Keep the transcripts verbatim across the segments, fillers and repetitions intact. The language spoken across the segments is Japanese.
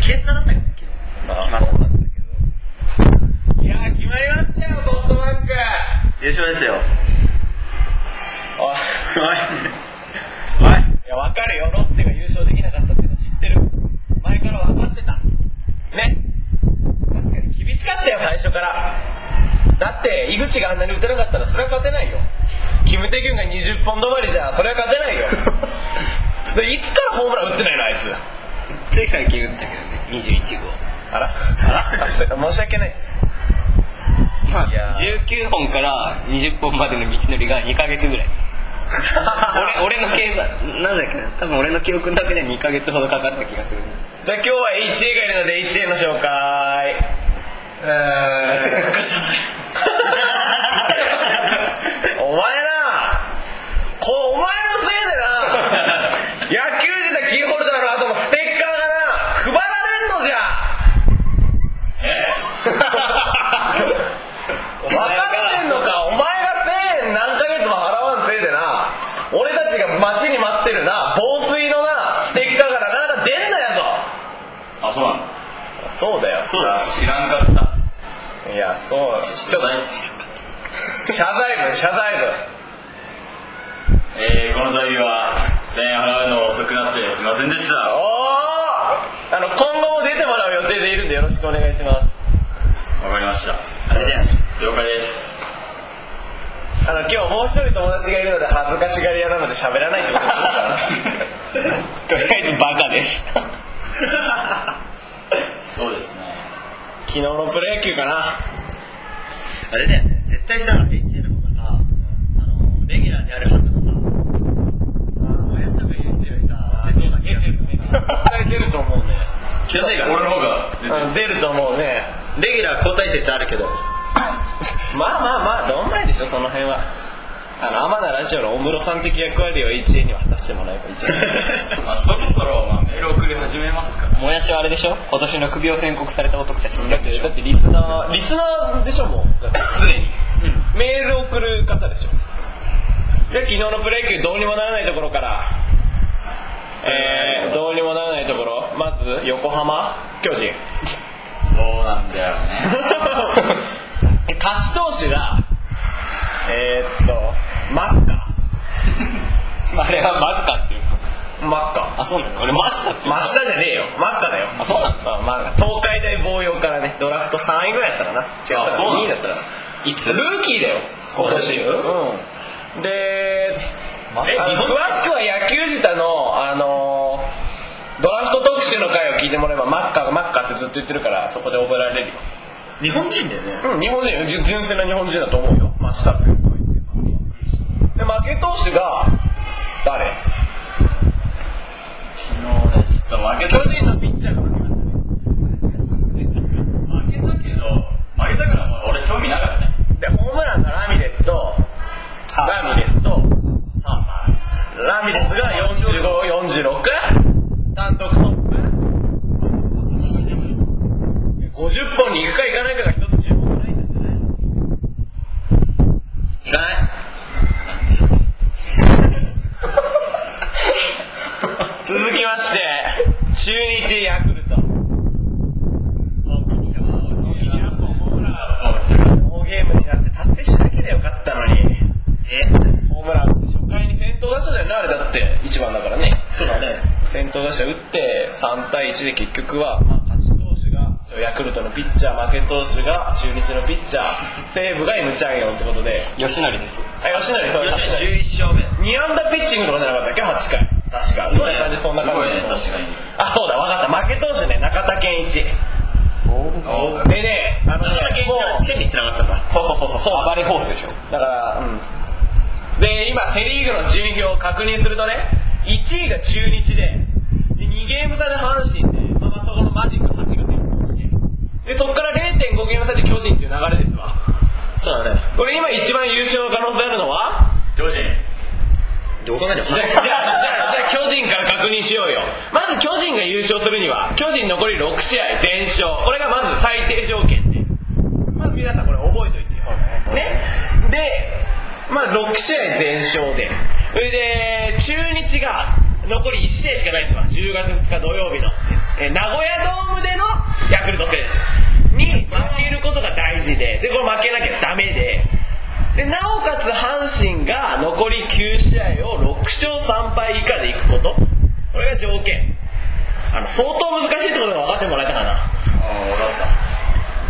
決勝だったよ決まったんだけど。いやー決まりましたよソフトバンク優勝ですよ。おいおいおい、いや分かるよ、ロッテが優勝できなかったっていうの知ってる。前から分かってたね。確かに厳しかったよ最初から。だって井口があんなに打てなかったらそれは勝てないよ。キム・テギュンがにじゅっぽん止まりじゃそれは勝てないよでいつからホームラン打ってないのあいつ。 つい最近打ったけどね、にじゅういちごう。 あらあら申し訳ないっす。 まあ、じゅうきゅうほんからにじゅっぽんまでの道のりがにかげつぐらい俺, 俺の計算なんだっけな、多分俺の記憶の中でにかげつほどかかった気がする。 じゃあ今日は エイチエー がいるので エイチエー の紹介。えーお前なこお前のせいでな野球自体キーホルダーの後のステッカーがな配られんのじゃ。え分かってんのか。お前がせんえん何ヶ月も払わんせいでな俺たちが待ちに待ってるな防水のなステッカーがなかなか出んのやぞ。 あ、そうなの。 そうだよ。 そうだ、知らんかった。 いや、そう、ちょっと謝罪文、謝罪文。 えー、この度はせんえん払うの遅くなってすみませんでした。 おー、あの今後も出てもらう予定でいるんでよろしくお願いします。 わかりました。あれで了解です。 あの今日もう一人友達がいるので恥ずかしがり屋なので喋らないってことでいいかなとりあえずバカですそうですね。 昨日のプロ野球かな。 あれだよね、絶対さ エイチエー の方がさ、あのレギュラーであるはずのさもやしとか言う人よりさ出そうな気がするね。 絶対出ると思うね。 気がするから俺の方が出ると思うね。 レギュラー交代説あるけどまあまあまあどんまいでしょその辺は。あの天野ラジオの大室さん的役割を エイチエー には果たしてもらえばいいんじゃないまあそろそろ、まあ、メール送り始めますか。もやしはあれでしょ、今年の首を宣告された男たちにだってだってリスナーリスナーでしょもうだってすでに、うん、メール送る方でしょ。じゃあ昨日のプロ野球どうにもならないところから、えー、どうにもならないところ、まず横浜巨人そうなんだよね勝ち投手がえー、っとマッカあれはマッカっていうの。 マッカ。 あ、そうなの。俺マシタってマシタじゃねえよ、マッカだよ。 あ、そうなの。 まあ、まあ、東海大望洋からねドラフトさんいぐらいだったかな。違ったらにいだったらいつルーキーだよ今年。うんであの詳しくは野球自体の、あのー、ドラフト特集の回を聞いてもらえばマッカマッカってずっと言ってるからそこで覚えられるよ。 日本人だよね。 うん、日本人、純粋な日本人だと思うよ。マシタっていうのが言ってで負け投手が誰？ 昨日ね、ちょっと負け巨人のピッチャーが負けましたね。 負けたけど負けたから俺興味なかったね。 でホームランがラミレスとラミレスとラミレスがよんじゅうご、よんじゅうろく単独トップごじゅっぽんに行くか行かないかが一つ注目ないんだよね。行かない続きまして中日ヤクルト。ノーゲームになって達成しなきゃよかったのに。えホームラン初回に先頭打者だよねあれだっていちばんだからね。 そうだね。 先頭打者打ってさんたいいちで結局は、まあ、勝ち投手がヤクルトのピッチャー負け投手が中日のピッチャー西武が M チャンヨンってことで吉成です。 あ吉成そう吉成じゅういち勝目に安打ピッチングとかじゃなかったっけはちかい確かすごいね。 そんな感じすごいね確かに。 あそうだ分かった負け投手ね中田健一おでねあのね中田健一はチェンに繋がったんだ。 そうそうそうそう暴れホースでしょ。 だからうんで今セリーグの順位表を確認するとねいちいが中日ででにゲーム差で阪神で、まあ、そこのマジックはちが点灯してでそこから れいてんご ゲーム差で巨人っていう流れですわ。 そうだね。 これ今一番優勝の可能性あるのは巨人。どう考えても。 じゃあじゃあじゃあ巨人から確認しようよ。まず巨人が優勝するには巨人残りろくしあい全勝、これがまず最低条件でまず皆さんこれ覚えておいてよ。そうね。でまあろくしあい全勝でそれで中日が残りいちしあいしかないんですわ。じゅうがつふつか土曜日のえー、名古屋ドームでのヤクルト戦に負けることが大事で、でこれ負けなきゃダメで、でなおかつ阪神が残りきゅう試合をろく勝さん敗以下でいくこと、これが条件。あの相当難しいってことが分かってもらえたかな。ああ分かった。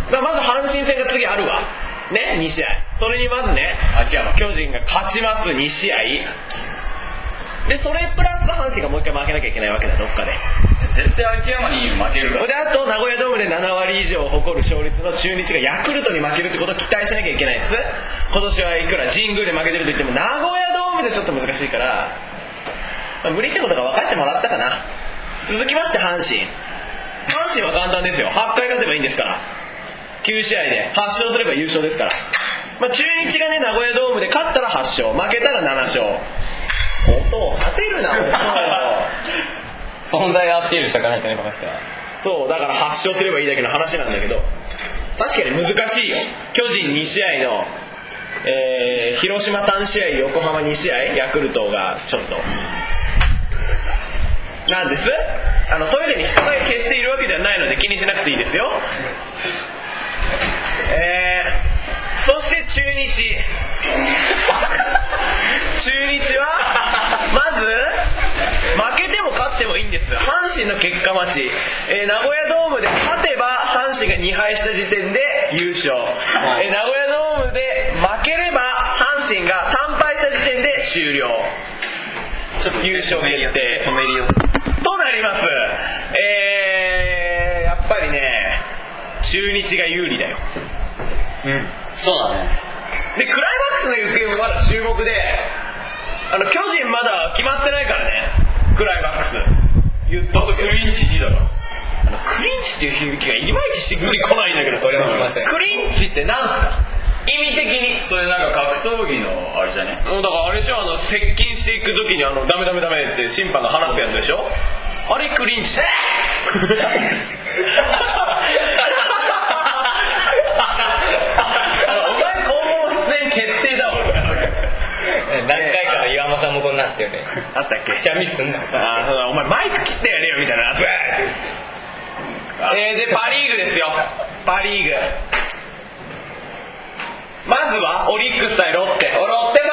だからまず阪神戦が次あるわね、に試合。それにまずね、秋山巨人が勝ちますに試合で、それプラス阪神がもう一回負けなきゃいけないわけだ、どっかで。 絶対秋山に負けるから。 であと名古屋ドームでなな割以上を誇る勝率の中日がヤクルトに負けるってことを期待しなきゃいけないです。今年はいくら神宮で負けてると言っても名古屋ドームでちょっと難しいから、まあ、無理ってことが分かってもらったかな。続きまして阪神阪神は簡単ですよ。はちかい勝てばいいんですから、きゅう試合ではち勝すれば優勝ですから、まあ、中日がね名古屋ドームで勝ったらはち勝、負けたらなな勝。音勝てるな存在アピールしたかないとね、この人は。 そうだからはち勝すればいいだけの話なんだけど、確かに難しいよ。巨人に試合の、えー、広島さん試合、横浜に試合、ヤクルトがちょっとなんです。あのトイレに人が決しているわけではないので気にしなくていいですよ。えー、そして中日中日はまず負けても勝ってもいいんです。阪神の結果待ち、えー、名古屋ドームで勝てば阪神がに敗した時点で優勝、えー、名古屋ドームで負ければ阪神がさん敗した時点で終了。ちょっと優勝決定止めるよとなります。えー、やっぱりね中日が有利だよ。 うんそうだね。 でクライマックスの行方もまだ注目で、あの巨人まだ決まってないからね。クライマックス言っとくとクリンチにだろ。あのクリンチっていう響きがいまいちしっくりこないんだけど、これはクリンチってなんすか意味的に。 それなんか格闘技のあれじゃね。 もうだからあれでしょ、あの接近していく時にあのダメダメダメって審判が話すやつでしょ、あれクリンチ何回か岩間さんもこんなってよね。 あったっけ。 くしゃみすんな。 ああ、お前マイク切ってやれよみたいな。えー、でパリーグですよ。パリーグ。まずはオリックス対ロッテ。おロッテ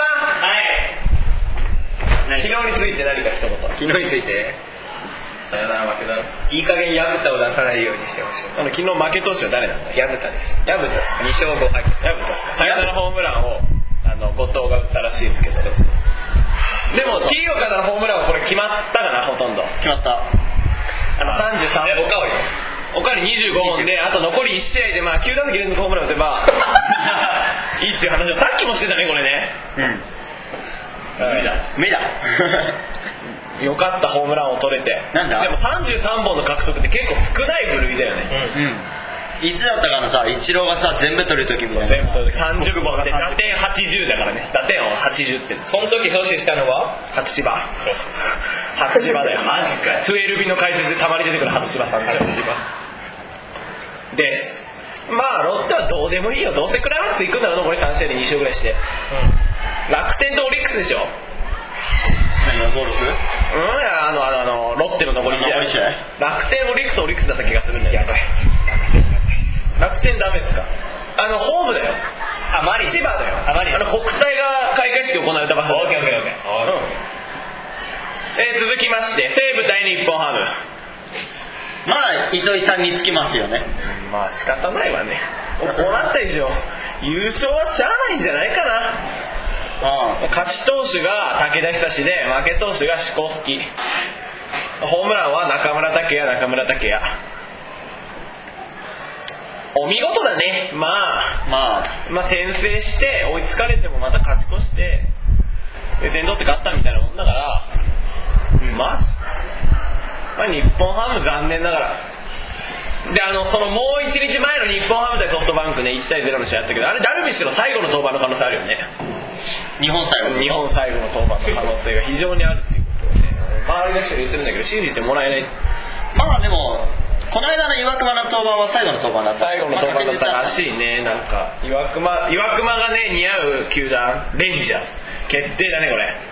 ファン。はい。昨日について何か一言。 昨日について。 さよなら負けだろ。 いい加減ヤブタを出さないようにしてほしい。 あの昨日負け投手は誰なんだ。 ヤブタです。 ヤブタですか。 に勝ご敗。 ヤブタですか。サヨナラホームランをあの後藤が打ったらしいですけど。でも T 岡田のホームランはこれ決まったかな。ほとんど決まった。 あのさんじゅうさんぼん。 おかわり。 おかわりにじゅうごほんで、あと残りいち試合でまあきゅう打席連続ホームラン打てばいいっていう話をさっきもしてたね、これね。 うん無理だ無理だよかったホームランを取れて。 なんだでもさんじゅうさんぼんの獲得って結構少ない部類だよね。 うん、うん、いつだったかのさ、イチローがさ全部取るときみたいな。 全部取るさんじゅっぽんで打点はちじゅうだからね。打点をはちじゅうってその時阻止したのは初芝初芝だよ。マジかよ。じゅうにビの解説でたまに出てくる初芝さん。初芝で、まあロッテはどうでもいいよ。どうせクライマックス行くんだろう。残りさん試合でに勝ぐらいして、うん、楽天とオリックスでしょ。 何の登録？うん、 あのあのあのロッテの残り試合。楽天オリックスオリックスだった気がするんだよ。やばい。楽天ダメですか。あのホームだよ。 あ、マリ千葉だよ。 あ、マリあの国体が開会式行われた場所。 オッケーオッケーオッケー。 うん。えー、続きまして西武対日本ハム。 まあ糸井さんにつきますよね。 まあ仕方ないわね。こうなった以上優勝はしゃあないんじゃないかな。 ああ、 勝ち投手が武田久志で負け投手がシコスキ。ホームランは中村剛也中村剛也。お見事だね。まあまあまあ先制して追いつかれてもまた勝ち越してで点取って勝ったみたいなもんだから、うん、まあまあ、日本ハム残念ながらで、あのそのもういちにちまえの日本ハム対ソフトバンクねいちたいゼロの試合あったけど、あれダルビッシュの最後の登板の可能性あるよね。 日本最後日本最後の登板の可能性が非常にあるっていうことをね周りの人に言ってるんだけど信じてもらえない。 まあでもこの間の岩隈の登板は最後の登板だった。 最後の登板だったらしいね。なんか岩隈岩隈がね似合う球団レンジャーズ決定だねこれ。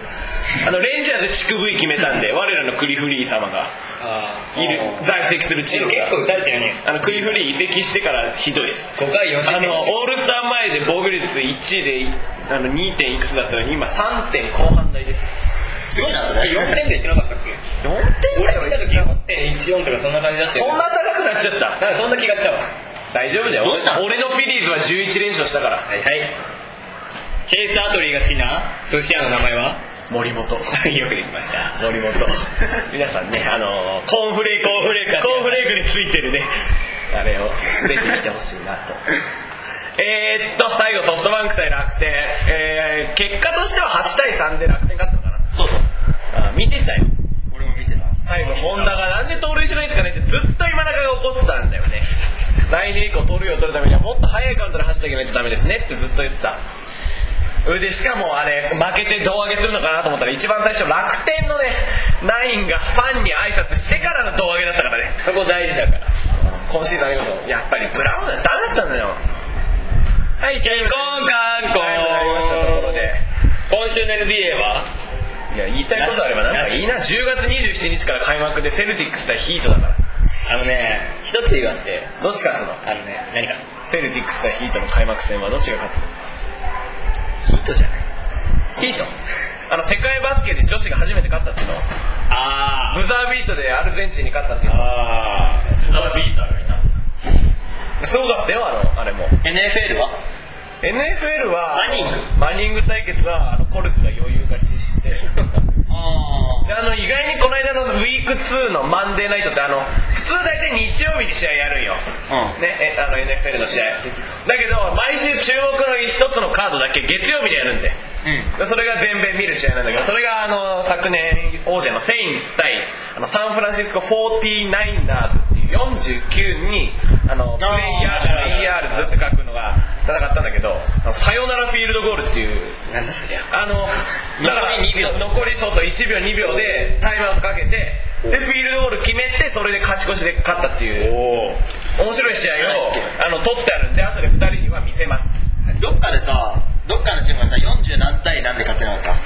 あのレンジャーズ地区 V 決めたんで我らのクリフリー様がいる在籍するチームが結構打たれてるね。 あのクリフリー移籍してからひどいです。 ごかいよんしんあのオールスター前で防御率いちいであの に. 点いくつだったのに今さんてん後半台です。 すごいなそれ。よんてんで言ってなかったっけ？ よんてん俺見た時 よんてんいちよん とかそんな感じだったよ。 そんな高くなっちゃった。 なんかそんな気がしたわ。 大丈夫だよ。 どうしたの？ 俺のフィリーズはじゅういち連勝したから。 はいはい。チェイス・アトリーが好きな寿司屋の名前は森本。よくできました森本。皆さんね、あのー、コーンフレークコーンフレークコーンフレークについてるねあれを出てみてほしいなと。えーっと最後ソフトバンク対楽天、えー、結果としてははちたいさんで楽天勝ったのかな。 そうそう。 あ見てたよ。 俺も見てた。 最後本田がなんで盗塁しないんですかねってずっと今中が怒ってたんだよね。来年以降盗塁を取るためにはもっと速いカウントで走ってあげないとダメですねってずっと言ってた。でしかもあれ負けて胴上げするのかなと思ったら一番最初楽天のねナインがファンに挨拶してからの胴上げだったからね。 そこ大事だから。 今シーズンありがとう。やっぱりブラウンはダメだったんだよ。はいじゃあ今今回ありましたところで今週の エヌビーエー はいや言いたいことあればなんかいいな。じゅうがつにじゅうしちにちから開幕でセルティックス対ヒートだから。 あのね一つ言わせて。 どっち勝つの？ あのね何かセルティックス対ヒートの開幕戦はどっちが勝つの？ ヒートじゃない。 ヒート。あの世界バスケで女子が初めて勝ったっていうの。 あブザービートでアルゼンチンに勝ったっていうの。 ああブザービーターがいた。 すごかったよあのあれも。 エヌエフエル はエヌエフエル はマニングマニング対決はあのコルスが余裕勝ちしてあであの意外にこの間のウィークツーのマンデーナイトってあの普通大体日曜日に試合やるんよ、 うんね、えあの エヌエフエル の試合だけど毎週注目の一つのカードだけ月曜日にやるんで、 うんでそれが全米見る試合なんだけどそれがあの昨年王者のセインツ対あのサンフランシスコフォーティーナインダーズっていうよんじゅうきゅうにあのプレイヤーとか イーアールズって書くのが戦ったんだけどあのサヨナラフィールドゴールっていうなんだそりゃ。 あのだから残りにびょう残りそうそういちびょうにびょうでタイムアウトかけてでフィールドゴール決めてそれで勝ち越しで勝ったっていう面白い試合をあの取ってあるんで後でふたりには見せます。 どっかでさ、どっかのチームがさ、よんじゅう何対何で勝ってなかった？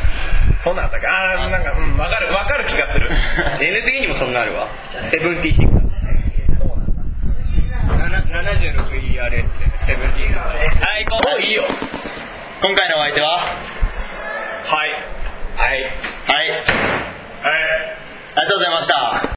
そんなんあったか。あーなんかうん分かる分かる気がする。 エヌビーエー にもそんなあるわ。セブンティーシックス。ななじゅうろくイーアールエス でセブンティーシックス。はい、 もういいよ。 今回のお相手ははいはい。 はい。はい。ありがとうございました。